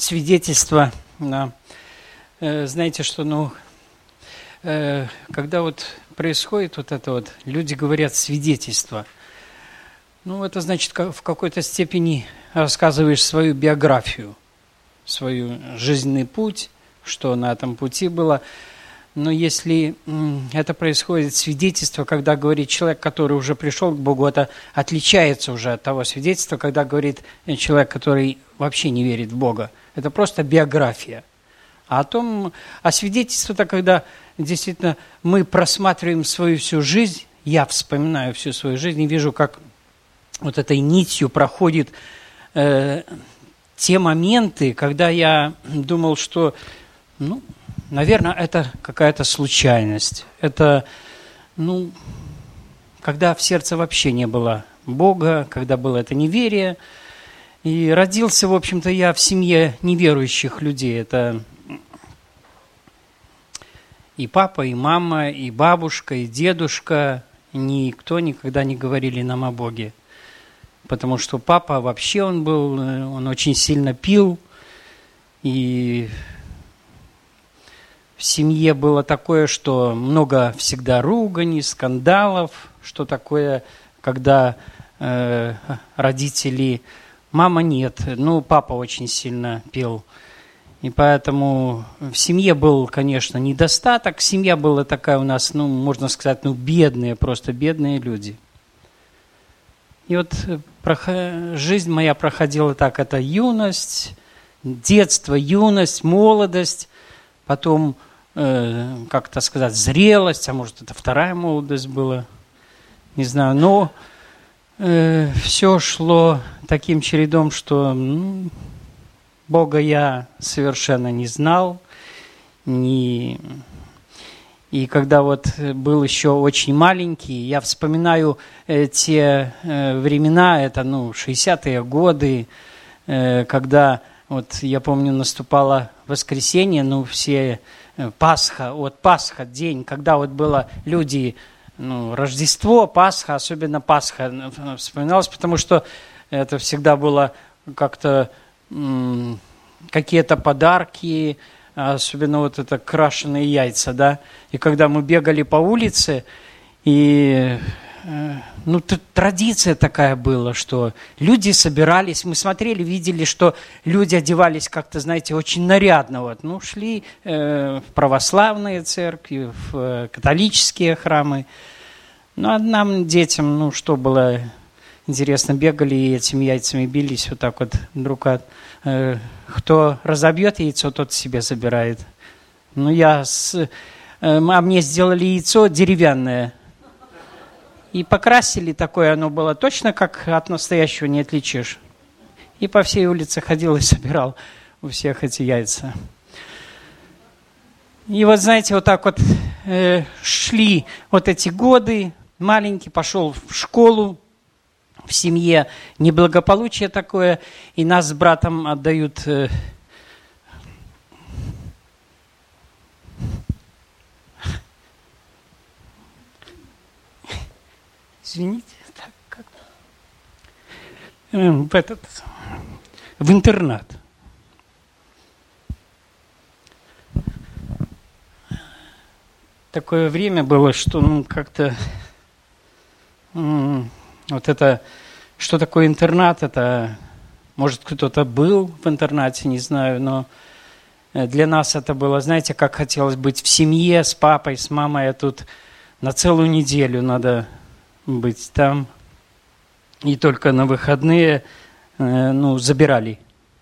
свидетельство. Да. Знаете, что, когда вот происходит вот это вот, люди говорят свидетельство. Это значит, в какой-то степени рассказываешь свою биографию, свой жизненный путь, что на этом пути было. Но если это происходит свидетельство, когда говорит человек, который уже пришел к Богу, это отличается уже от того свидетельства, когда говорит человек, который вообще не верит в Бога. Это просто биография. А свидетельство – это когда действительно мы просматриваем свою всю жизнь, я вспоминаю всю свою жизнь и вижу, как вот этой нитью проходит те моменты, когда я думал, что, наверное, это какая-то случайность. Это, когда в сердце вообще не было Бога, когда было это неверие. И родился, в общем-то, я в семье неверующих людей. Это и папа, и мама, и бабушка, и дедушка. Никто никогда не говорили нам о Боге. Потому что папа вообще он очень сильно пил. И в семье было такое, что много всегда руганий, скандалов. Что такое, когда родители... Мама нет, папа очень сильно пил. И поэтому в семье был, конечно, недостаток. Семья была такая у нас, можно сказать, бедные, просто бедные люди. И вот жизнь моя проходила так. Это юность, детство, юность, молодость. Потом, как-то сказать, зрелость. А может, это вторая молодость была. Не знаю, но... все шло таким чередом, что Бога я совершенно не знал. И когда вот был еще очень маленький, я вспоминаю те времена, это 60-е годы, когда, я помню, наступало воскресенье, все Пасха, Пасха, день, когда было люди... Рождество, Пасха, особенно Пасха вспоминалось, потому что это всегда было как-то какие-то подарки, особенно это крашеные яйца, да. И когда мы бегали по улице, и традиция такая была, что люди собирались, мы смотрели, видели, что люди одевались как-то, знаете, очень нарядно. Шли в православные церкви, в католические храмы. А нам, детям, что было интересно, бегали и этими яйцами бились вот так вот друг от... Кто разобьет яйцо, тот себе забирает. А мне сделали яйцо деревянное. И покрасили такое, оно было точно, как от настоящего не отличишь. И по всей улице ходил и собирал у всех эти яйца. И знаете, так шли эти годы. Маленький пошел в школу, в семье неблагополучие такое, и нас с братом отдают... Извините, так как-то... в интернат. Такое время было, что как-то что такое интернат, это, может, кто-то был в интернате, не знаю, но для нас это было, знаете, как хотелось быть в семье с папой, с мамой, а тут на целую неделю надо быть там, и только на выходные, забирали.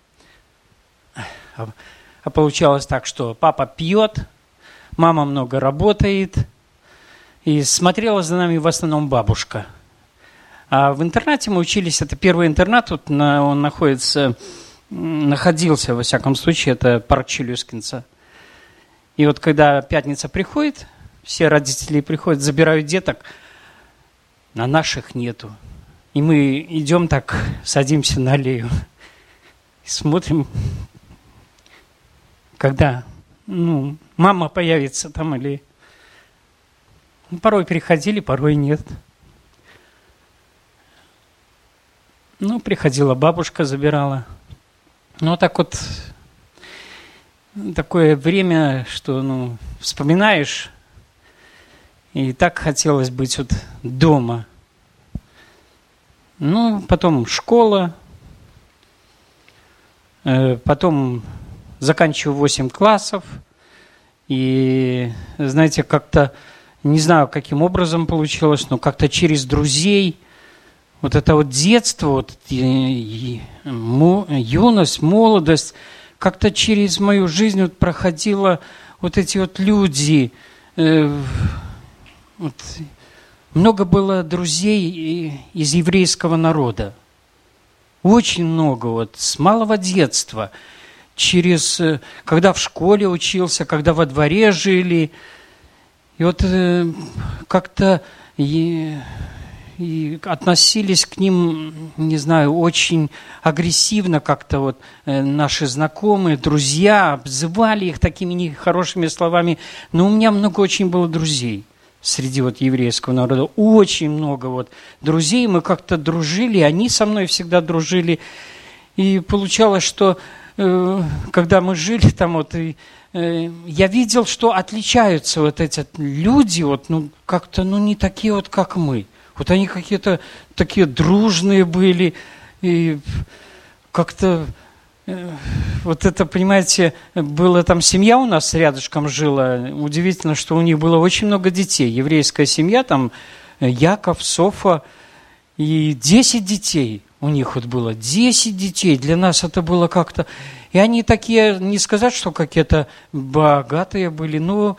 А получалось так, что папа пьет, мама много работает, и смотрела за нами в основном бабушка. А в интернате мы учились, это первый интернат, он находился, во всяком случае, это парк Челюскинца. И когда пятница приходит, все родители приходят, забирают деток, а наших нету. И мы идем так, садимся на аллею, и смотрим, когда мама появится там или... Порой приходили, порой нет. Приходила бабушка, забирала. Так такое время, что вспоминаешь, и так хотелось быть вот дома. Потом школа, потом заканчиваю 8 классов, и, знаете, как-то, не знаю, каким образом получилось, но как-то через друзей, вот это вот детство, вот юность, молодость, как-то через мою жизнь вот проходило вот эти вот люди. Много было друзей из еврейского народа. Очень много, вот с малого детства. Когда в школе учился, когда во дворе жили. И вот как-то и относились к ним, не знаю, очень агрессивно как-то вот наши знакомые, друзья, обзывали их такими нехорошими словами. Но у меня много очень было друзей среди вот еврейского народа. Очень много вот друзей. Мы как-то дружили, они со мной всегда дружили. И получалось, что когда мы жили там вот, я видел, что отличаются вот эти люди, вот, как-то не такие вот, как мы. Вот они какие-то такие дружные были, и как-то, вот это, понимаете, была там семья у нас рядышком жила, удивительно, что у них было очень много детей, еврейская семья, там Яков, Софа, и 10 детей у них вот было, 10 детей, для нас это было как-то, и они такие, не сказать, что какие-то богатые были, но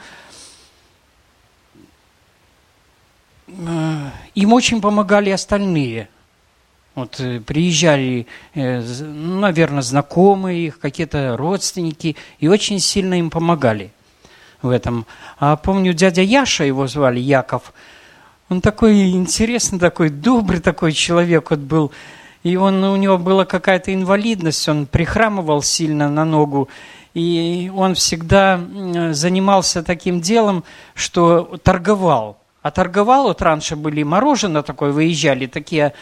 им очень помогали остальные. Вот приезжали, наверное, знакомые их, какие-то родственники, и очень сильно им помогали в этом. А помню, дядя Яша, его звали, Яков, он такой интересный, такой добрый такой человек вот был. И у него была какая-то инвалидность, он прихрамывал сильно на ногу. И он всегда занимался таким делом, что торговал. А торговал, вот раньше были мороженое такое, выезжали такие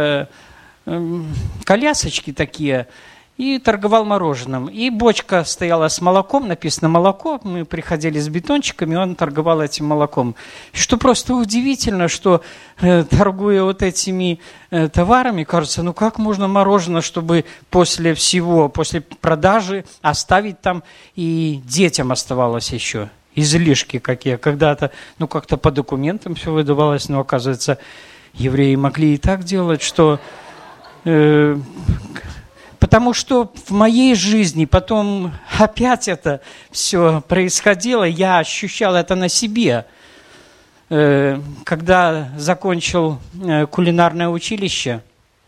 колясочки такие, и торговал мороженым. И бочка стояла с молоком, написано молоко, мы приходили с бетончиками, он торговал этим молоком. Что просто удивительно, что торгуя вот этими товарами, кажется, как можно мороженое, чтобы после продажи оставить там, и детям оставалось еще. Излишки какие. Когда-то, как-то по документам все выдавалось, но, оказывается, евреи могли и так делать, что... потому что в моей жизни потом опять это все происходило, я ощущал это на себе. Когда закончил кулинарное училище,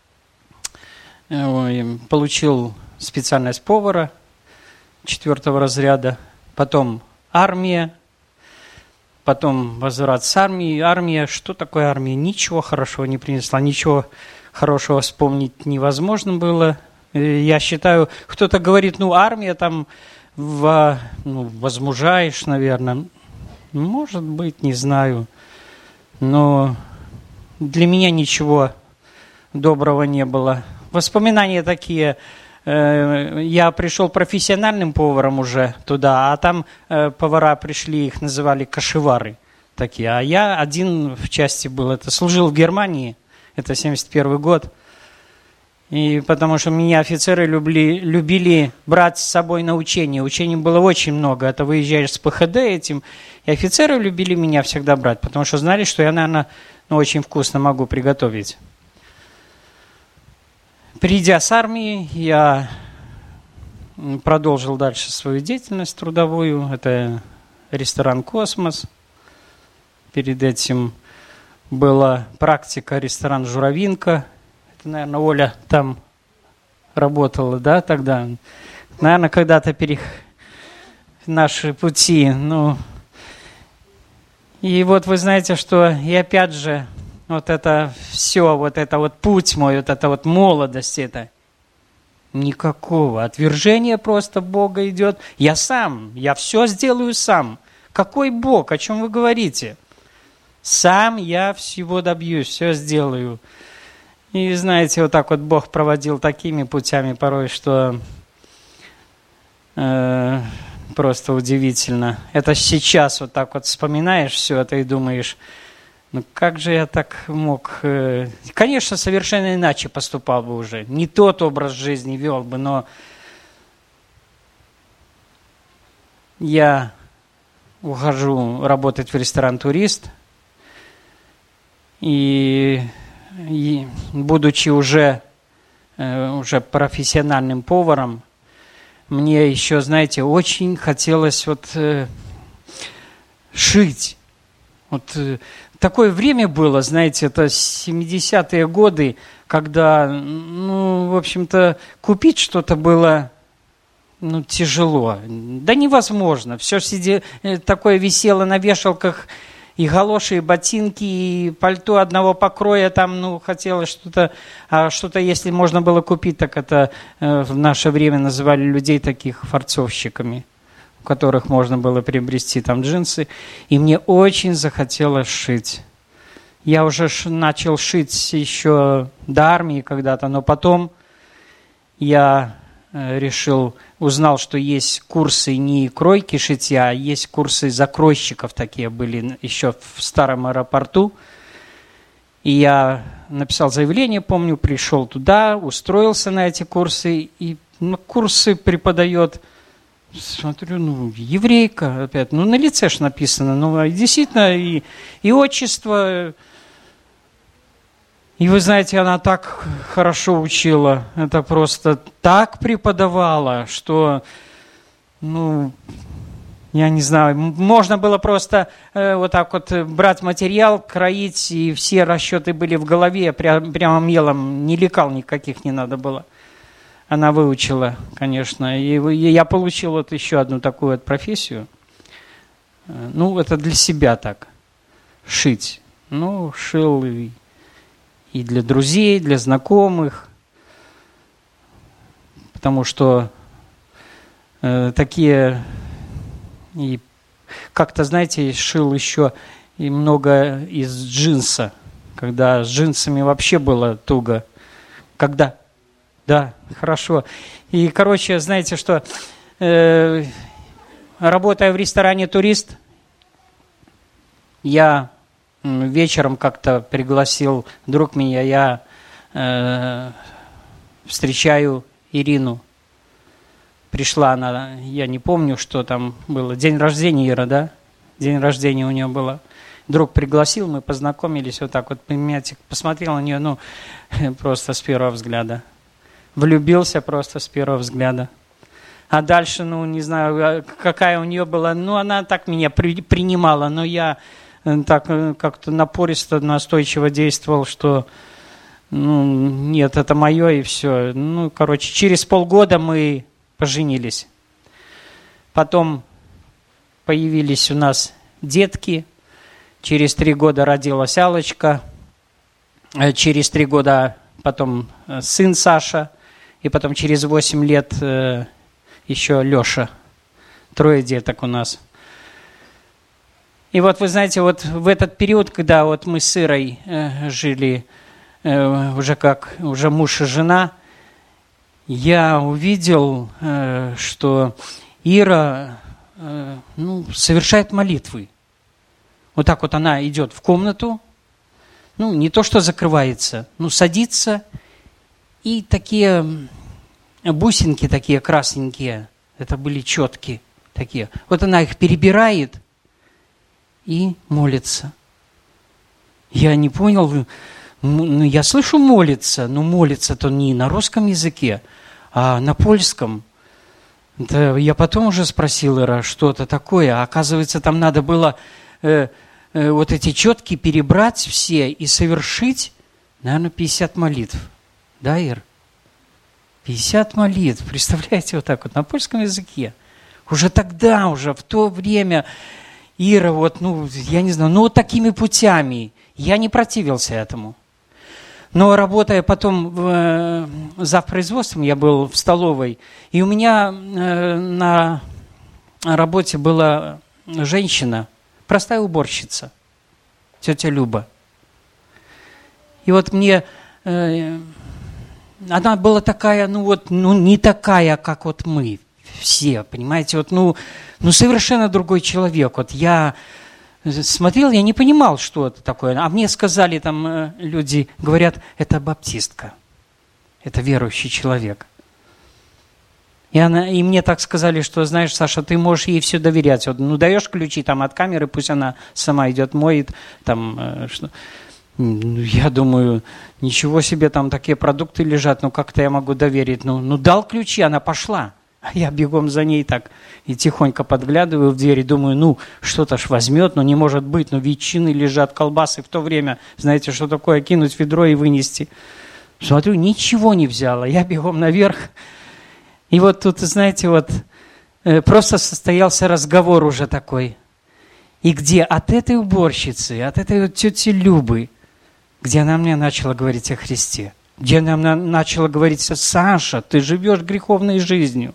получил специальность повара 4 разряда, потом армия, потом возврат с армии. Армия, что такое армия? Ничего хорошего не принесла, ничего хорошего вспомнить невозможно было. Я считаю, кто-то говорит, армия там, возмужаешь, наверное. Может быть, не знаю. Но для меня ничего доброго не было. Воспоминания такие... Я пришел профессиональным поваром уже туда, а там повара пришли, их называли кашевары такие. А я один в части был, это служил в Германии, это 71 год. И потому что меня офицеры любили брать с собой на учения. Учений было очень много, это выезжаешь с ПХД этим. И офицеры любили меня всегда брать, потому что знали, что я, наверное, очень вкусно могу приготовить. Придя с армии, я продолжил дальше свою деятельность трудовую. Это ресторан «Космос». Перед этим была практика ресторан «Журавинка». Это, наверное, Оля там работала, да, тогда? Наверное, когда-то наши пути. И вот вы знаете, что и опять же... Вот это все, вот это вот путь мой, вот это вот молодость, это никакого отвержения просто Бога идет. Я все сделаю сам. Какой Бог, о чем вы говорите? Сам я всего добьюсь, все сделаю. И знаете, вот так вот Бог проводил такими путями порой, что просто удивительно. Это сейчас вот так вот вспоминаешь все это и думаешь, ну как же я так мог... Конечно, совершенно иначе поступал бы уже. Не тот образ жизни вел бы, но я ухожу работать в ресторан «Турист». И будучи уже профессиональным поваром, мне еще, знаете, очень хотелось шить. Такое время было, знаете, это 70-е годы, когда, в общем-то, купить что-то было, тяжело. Да невозможно. Все такое висело на вешалках, и галоши, и ботинки, и пальто одного покроя, там, хотелось что-то, а что-то, если можно было купить, так это в наше время называли людей таких фарцовщиками, у которых можно было приобрести там джинсы, и мне очень захотелось шить. Я уже начал шить еще до армии когда-то, но потом я узнал, что есть курсы не кройки шитья, а есть курсы закройщиков, такие были еще в старом аэропорту. И я написал заявление, помню, пришел туда, устроился на эти курсы, и курсы преподает, смотрю, еврейка опять, на лице ж написано, действительно, и отчество. И вы знаете, она так хорошо учила, это просто так преподавала, что, я не знаю, можно было просто вот так вот брать материал, кроить, и все расчеты были в голове, прямо мелом, ни лекал никаких не надо было. Она выучила, конечно, и я получил еще одну такую профессию. Это для себя так, шить. Шил и для друзей, для знакомых, потому что такие, и как-то, знаете, шил еще и много из джинса, когда с джинсами вообще было туго. Когда? Да, хорошо. И, знаете, что работая в ресторане «Турист», я вечером как-то пригласил друг меня, я встречаю Ирину. Пришла она, я не помню, что там было. День рождения Ира, да? День рождения у нее было. Друг пригласил, мы познакомились вот так вот. Посмотрел на нее, просто с первого взгляда. Влюбился просто с первого взгляда. А дальше, не знаю, какая у нее была. Она так меня принимала, но я так как-то напористо, настойчиво действовал, что нет, это мое, и все. Через полгода мы поженились. Потом появились у нас детки. Через 3 года родилась Аллочка. Через 3 года потом сын Саша. И потом через 8 лет еще Леша. 3 деток у нас. И вы знаете, в этот период, когда мы с Ирой жили уже муж и жена, я увидел, что Ира совершает молитвы. Вот так вот она идет в комнату, не то что закрывается, садится, и такие бусинки такие красненькие, это были четки такие. Она их перебирает и молится. Я не понял, я слышу молится, но молится-то не на русском языке, а на польском. Да, я потом уже спросил Ира, что это такое, а оказывается, там надо было эти четки перебрать все и совершить, наверное, 50 молитв. Да, Ир? 50 молитв, представляете, на польском языке. Уже тогда, уже в то время Ира, я не знаю, такими путями. Я не противился этому. Но работая потом завпроизводством, я был в столовой, и у меня на работе была женщина, простая уборщица, тетя Люба. И мне, она была такая, не такая, как мы все, понимаете, вот, ну совершенно другой человек. Вот я смотрел, я не понимал, что это такое. А мне сказали там люди, говорят, это баптистка, это верующий человек. И мне так сказали, что, знаешь, Саша, ты можешь ей все доверять. Вот, ну, даешь ключи там от камеры, пусть она сама идет, моет. Там, что. Я думаю, ничего себе, там такие продукты лежат, ну как-то я могу доверить. Ну дал ключи, она пошла. А я бегом за ней так и тихонько подглядываю в дверь, думаю, ну что-то ж возьмет, но не может быть, ну ветчины лежат, колбасы в то время. Знаете, что такое, кинуть в ведро и вынести. Смотрю, ничего не взяла, я бегом наверх. И вот тут, знаете, вот просто состоялся разговор уже такой. И где от этой уборщицы, от этой вот тети Любы, где она мне начала говорить о Христе, где она начала говорить: Саша, ты живешь греховной жизнью,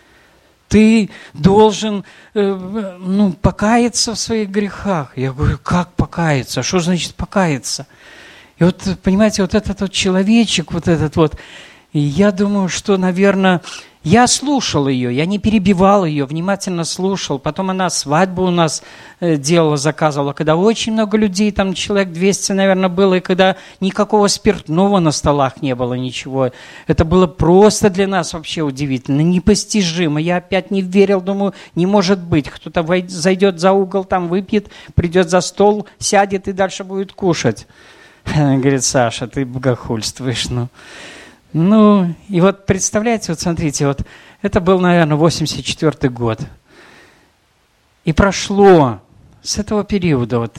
ты должен покаяться в своих грехах. Я говорю, как покаяться? Что значит покаяться? И вот, понимаете, вот этот вот человечек, вот этот вот, и я думаю, что, наверное, я слушал ее, я не перебивал ее, внимательно слушал. Потом она свадьбу у нас делала, заказывала, когда очень много людей, там человек 200, наверное, было, и когда никакого спиртного на столах не было, ничего. Это было просто для нас вообще удивительно, непостижимо. Я опять не верил, думаю, не может быть. Кто-то зайдет за угол, там выпьет, придет за стол, сядет и дальше будет кушать. Она говорит, Саша, ты богохульствуешь, Ну, и вот представляете, вот смотрите, вот это был, наверное, 84-й год. И прошло с этого периода вот,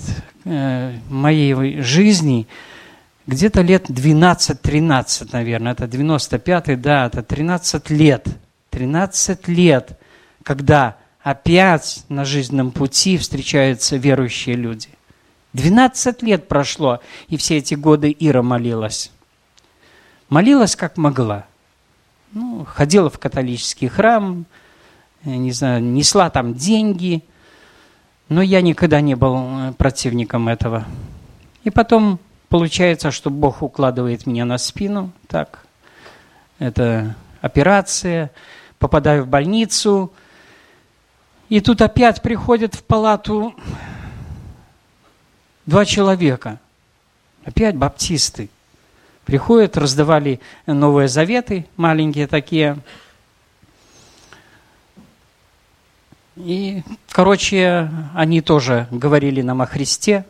моей жизни где-то лет 12-13, наверное, это 95-й, да, это 13 лет. 13 лет, когда опять на жизненном пути встречаются верующие люди. 12 лет прошло, и все эти годы Ира молилась. Молилась как могла. Ходила в католический храм, не знаю, несла там деньги, но я никогда не был противником этого. И потом получается, что Бог укладывает меня на спину, так, это операция, попадаю в больницу, и тут опять приходят в палату 2 человека, опять баптисты. Приходят, раздавали Новые Заветы, маленькие такие. И, короче, они тоже говорили нам о Христе.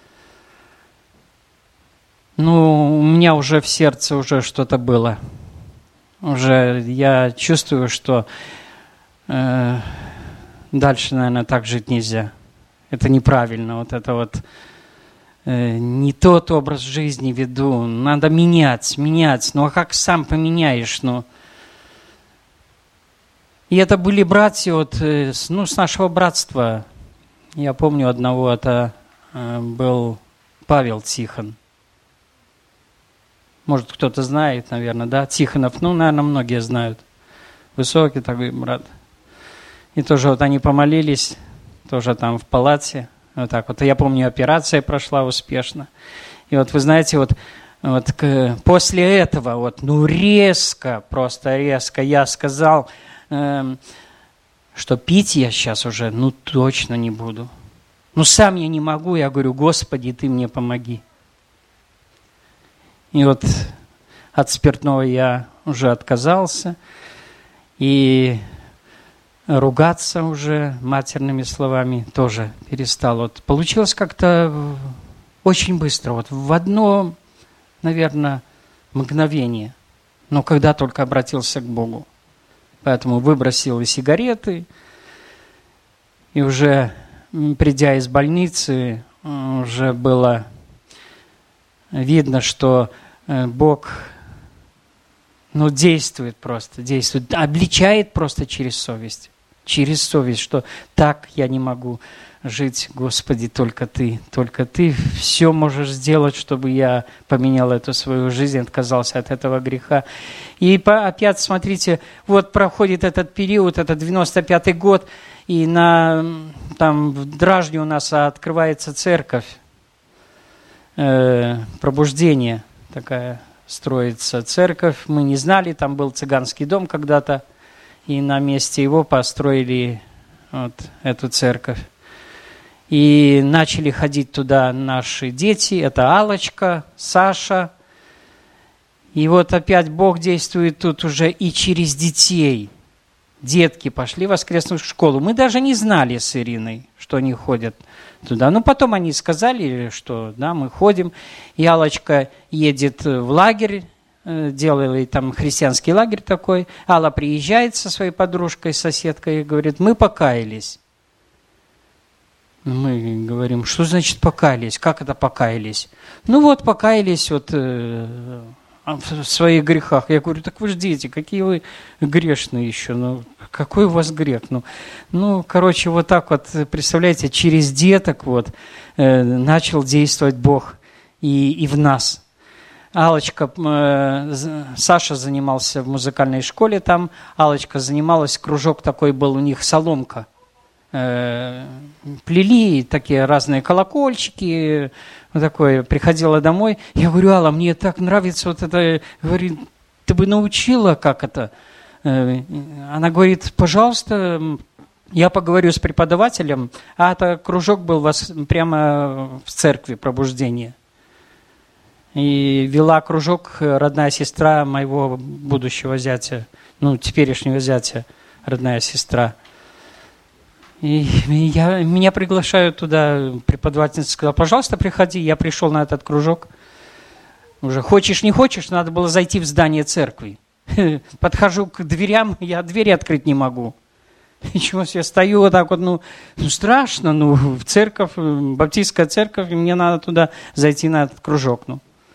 У меня уже в сердце уже что-то было. Уже я чувствую, что дальше, наверное, так жить нельзя. Это неправильно, вот это вот. Не тот образ жизни веду, надо менять. Ну а как сам поменяешь, И это были братья с нашего братства. Я помню одного, это был Павел Тихон. Может, кто-то знает, наверное, да? Тихонов, наверное, многие знают. Высокий такой брат. И тоже вот они помолились, тоже там в палате. Вот так вот. Я помню, операция прошла успешно. И вот вы знаете, после этого, резко, просто резко я сказал, что пить я сейчас уже, точно не буду. Сам я не могу, я говорю, Господи, Ты мне помоги. И вот от спиртного я уже отказался. И ругаться уже матерными словами тоже перестал. Получилось как-то очень быстро, в одно, наверное, мгновение. Но когда только обратился к Богу. Поэтому выбросил и сигареты, и уже придя из больницы, уже было видно, что Бог действует, обличает просто через совесть. Через совесть, что так я не могу жить, Господи, только Ты все можешь сделать, чтобы я поменял эту свою жизнь, отказался от этого греха. И опять, смотрите, проходит этот период, это 95-й год, и там в Дражне у нас открывается церковь, пробуждение такая строится церковь, мы не знали, там был цыганский дом когда-то. и на месте его построили вот эту церковь. И начали ходить туда наши дети, это Аллочка, Саша. И вот опять Бог действует тут уже и через детей. Детки пошли в воскресную школу. Мы даже не знали с Ириной, что они ходят туда. Но потом они сказали, что да, мы ходим. И Аллочка едет в лагерь, делали там христианский лагерь такой. Алла приезжает со своей подружкой, соседкой и говорит, мы покаялись. Мы говорим, что значит покаялись? Как это покаялись? Ну вот покаялись вот, в своих грехах. Я говорю, так вы же дети, какие вы грешные еще. Ну, какой у вас грех? Ну, короче, вот так вот, представляете, через деток вот начал действовать Бог и в нас. Аллочка, Саша занимался в музыкальной школе там, Аллочка занималась, кружок такой был у них, соломка. Плели такие разные колокольчики, вот такое, приходила домой. Я говорю, Алла, мне так нравится вот это, говорит, ты бы научила, как это? Она говорит, пожалуйста, я поговорю с преподавателем, а это кружок был прямо в церкви пробуждения. И вела кружок родная сестра моего будущего зятя, ну, теперешнего зятя, родная сестра. И меня приглашают туда, преподавательница сказала, пожалуйста, приходи. Я пришел на этот кружок. Уже хочешь, не хочешь, надо было зайти в здание церкви. Подхожу к дверям, я двери открыть не могу. Ничего себе, стою вот так вот, ну страшно, в церковь, баптистская церковь, и мне надо туда зайти на этот кружок.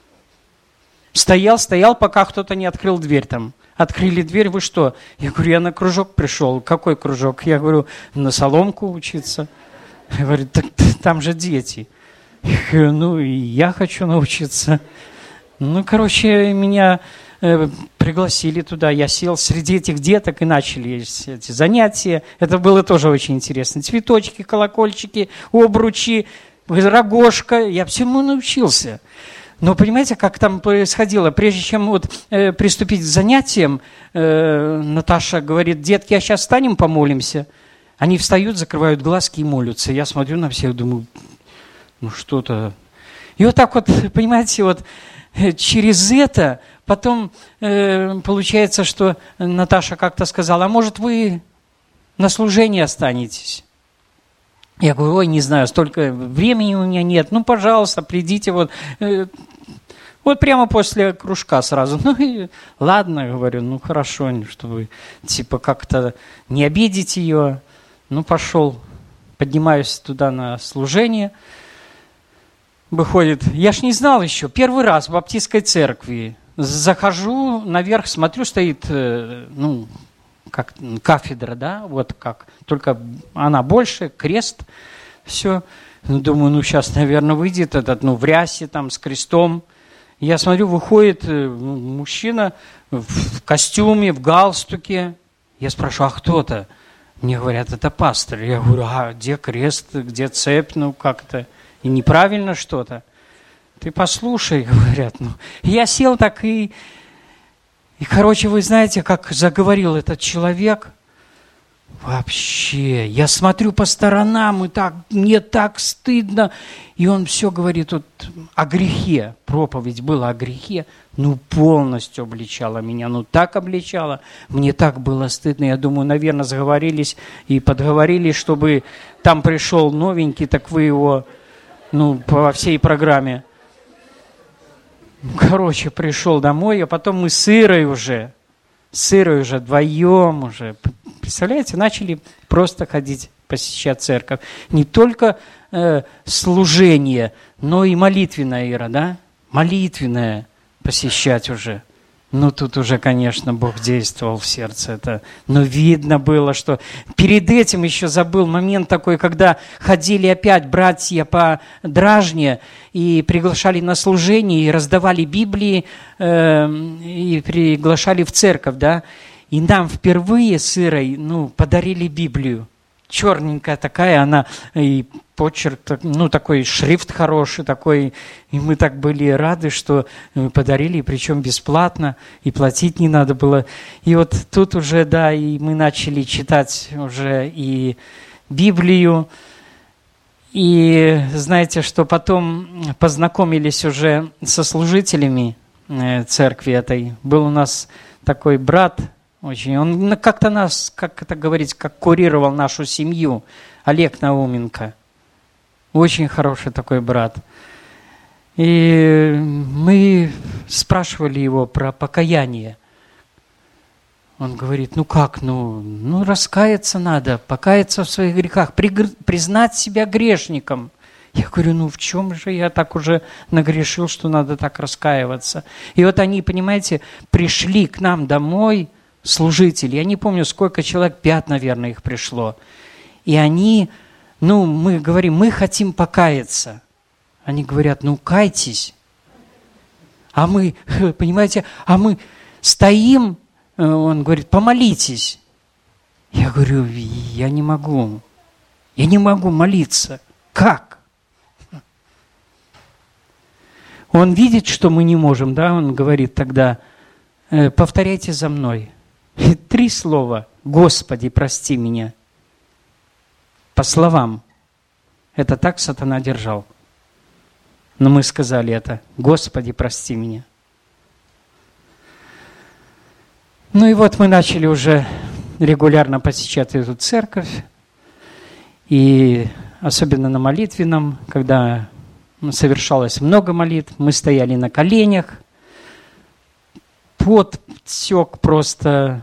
Стоял, пока кто-то не открыл дверь там. Открыли дверь, вы что? Я говорю, я на кружок пришел. Какой кружок? Я говорю, на соломку учиться. Я говорю, так там же дети. Я говорю, ну и я хочу научиться. Ну, короче, меня пригласили туда. Я сел среди этих деток и начали эти занятия. Это было тоже очень интересно. Цветочки, колокольчики, обручи, рогожка. Я всему научился. Но понимаете, как там происходило? Прежде чем вот приступить к занятиям, Наташа говорит, детки, а сейчас встанем, помолимся. Они встают, закрывают глазки и молятся. Я смотрю на всех, думаю, ну что-то. И вот так вот, понимаете, вот через это потом получается, что Наташа как-то сказала, а может вы на служении останетесь? Я говорю, ой, не знаю, столько времени у меня нет. Ну, пожалуйста, придите вот прямо после кружка сразу. Ну, и ладно, говорю, ну, хорошо, чтобы типа как-то не обидеть ее. Ну, пошел, поднимаюсь туда на служение. Выходит, я ж не знал еще, первый раз в баптистской церкви. Захожу наверх, смотрю, стоит, как кафедра, да, вот как, только она больше, крест, все. Думаю, сейчас, наверное, выйдет этот, в рясе там с крестом. Я смотрю, выходит мужчина в костюме, в галстуке. Я спрашиваю, а кто-то? Мне говорят, это пастор. Я говорю, а где крест, где цепь, как-то, и неправильно что-то. Ты послушай, говорят. Я сел так и, короче, вы знаете, как заговорил этот человек? Вообще, я смотрю по сторонам, и мне так стыдно. И он все говорит о грехе. Проповедь была о грехе. Полностью обличала меня. Так обличала. Мне так было стыдно. Я думаю, наверное, сговорились и подговорились, чтобы там пришел новенький, так вы его, по всей программе. Короче, пришел домой, а потом мы с Ирой уже вдвоем уже, представляете, начали просто ходить, посещать церковь. Не только служение, но и молитвенная, Ира, да? Молитвенная посещать уже. Тут уже, конечно, Бог действовал в сердце. Это, видно было, что перед этим еще забыл момент такой, когда ходили опять братья по Дражне и приглашали на служение, и раздавали Библии, и приглашали в церковь, да. И нам впервые с Ирой, подарили Библию. Черненькая такая, она и почерк, ну, такой шрифт хороший такой, и мы так были рады, что подарили, причем бесплатно, и платить не надо было. И вот тут уже, да, и мы начали читать уже и Библию, и знаете, что потом познакомились уже со служителями церкви этой. Был у нас такой брат, очень, он как-то нас, как это говорить, как курировал нашу семью, Олег Науменко. Очень хороший такой брат. И мы спрашивали его про покаяние. Он говорит, ну как, ну раскаяться надо, покаяться в своих грехах, признать себя грешником. Я говорю, ну в чем же я так уже нагрешил, что надо так раскаиваться? И вот они, понимаете, пришли к нам домой, служители, я не помню, сколько человек, 5, наверное, их пришло. И они, мы говорим, мы хотим покаяться. Они говорят, кайтесь. А мы, понимаете, мы стоим, он говорит, помолитесь. Я говорю, я не могу молиться. Как? Он видит, что мы не можем, да, он говорит тогда, повторяйте за мной. 3 слова. Господи, прости меня. По словам. Это так сатана держал. Но мы сказали это. Господи, прости меня. Ну и вот мы начали уже регулярно посещать эту церковь. И особенно на молитвенном, когда совершалось много молитв, мы стояли на коленях. Пот тек просто.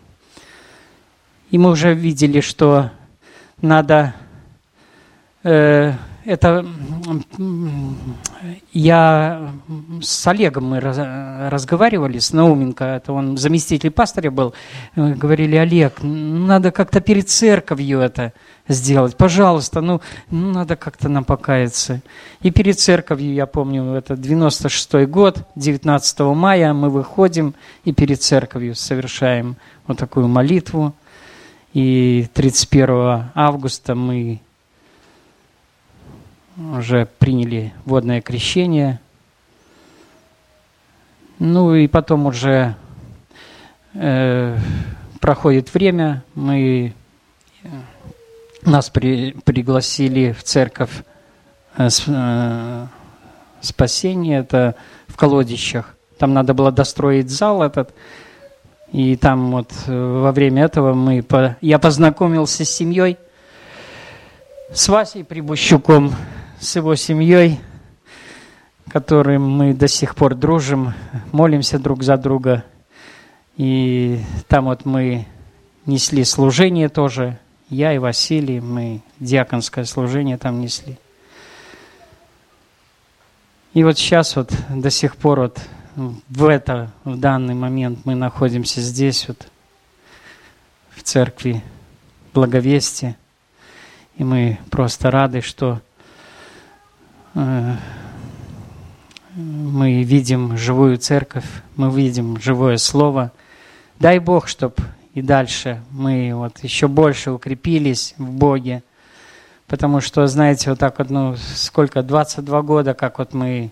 И мы уже видели, что надо... Я с Олегом мы разговаривали, с Науменко, это он заместитель пастыря был, говорили, Олег, надо как-то перед церковью это сделать, пожалуйста, надо как-то нам покаяться. И перед церковью, я помню, это 96-й год, 19 мая мы выходим и перед церковью совершаем вот такую молитву. И 31 августа мы уже приняли водное крещение. Ну и потом уже проходит время, нас пригласили в церковь спасения, это в Колодищах. Там надо было достроить зал этот. И там вот во время этого я познакомился с семьей, с Васей Прибущуком, с его семьей, которым мы до сих пор дружим, молимся друг за друга. И там вот мы несли служение тоже, я и Василий, мы диаконское служение там несли. И вот сейчас вот до сих пор вот в данный момент мы находимся здесь, вот, в церкви Благовестия. И мы просто рады, что мы видим живую церковь, мы видим живое слово. Дай Бог, чтобы и дальше мы вот еще больше укрепились в Боге. Потому что, знаете, вот так вот, 22 года, как вот мы...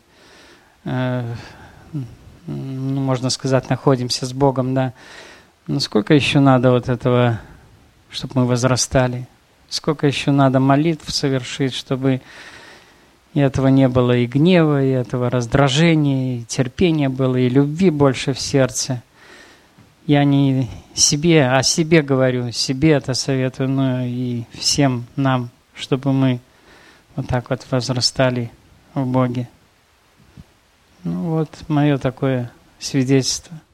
можно сказать, находимся с Богом, да. Но сколько еще надо вот этого, чтобы мы возрастали? Сколько еще надо молитв совершить, чтобы и этого не было и гнева, и этого раздражения, и терпения было, и любви больше в сердце. Я не себе, а себе говорю, себе это советую, но и всем нам, чтобы мы вот так вот возрастали в Боге. Вот мое такое свидетельство.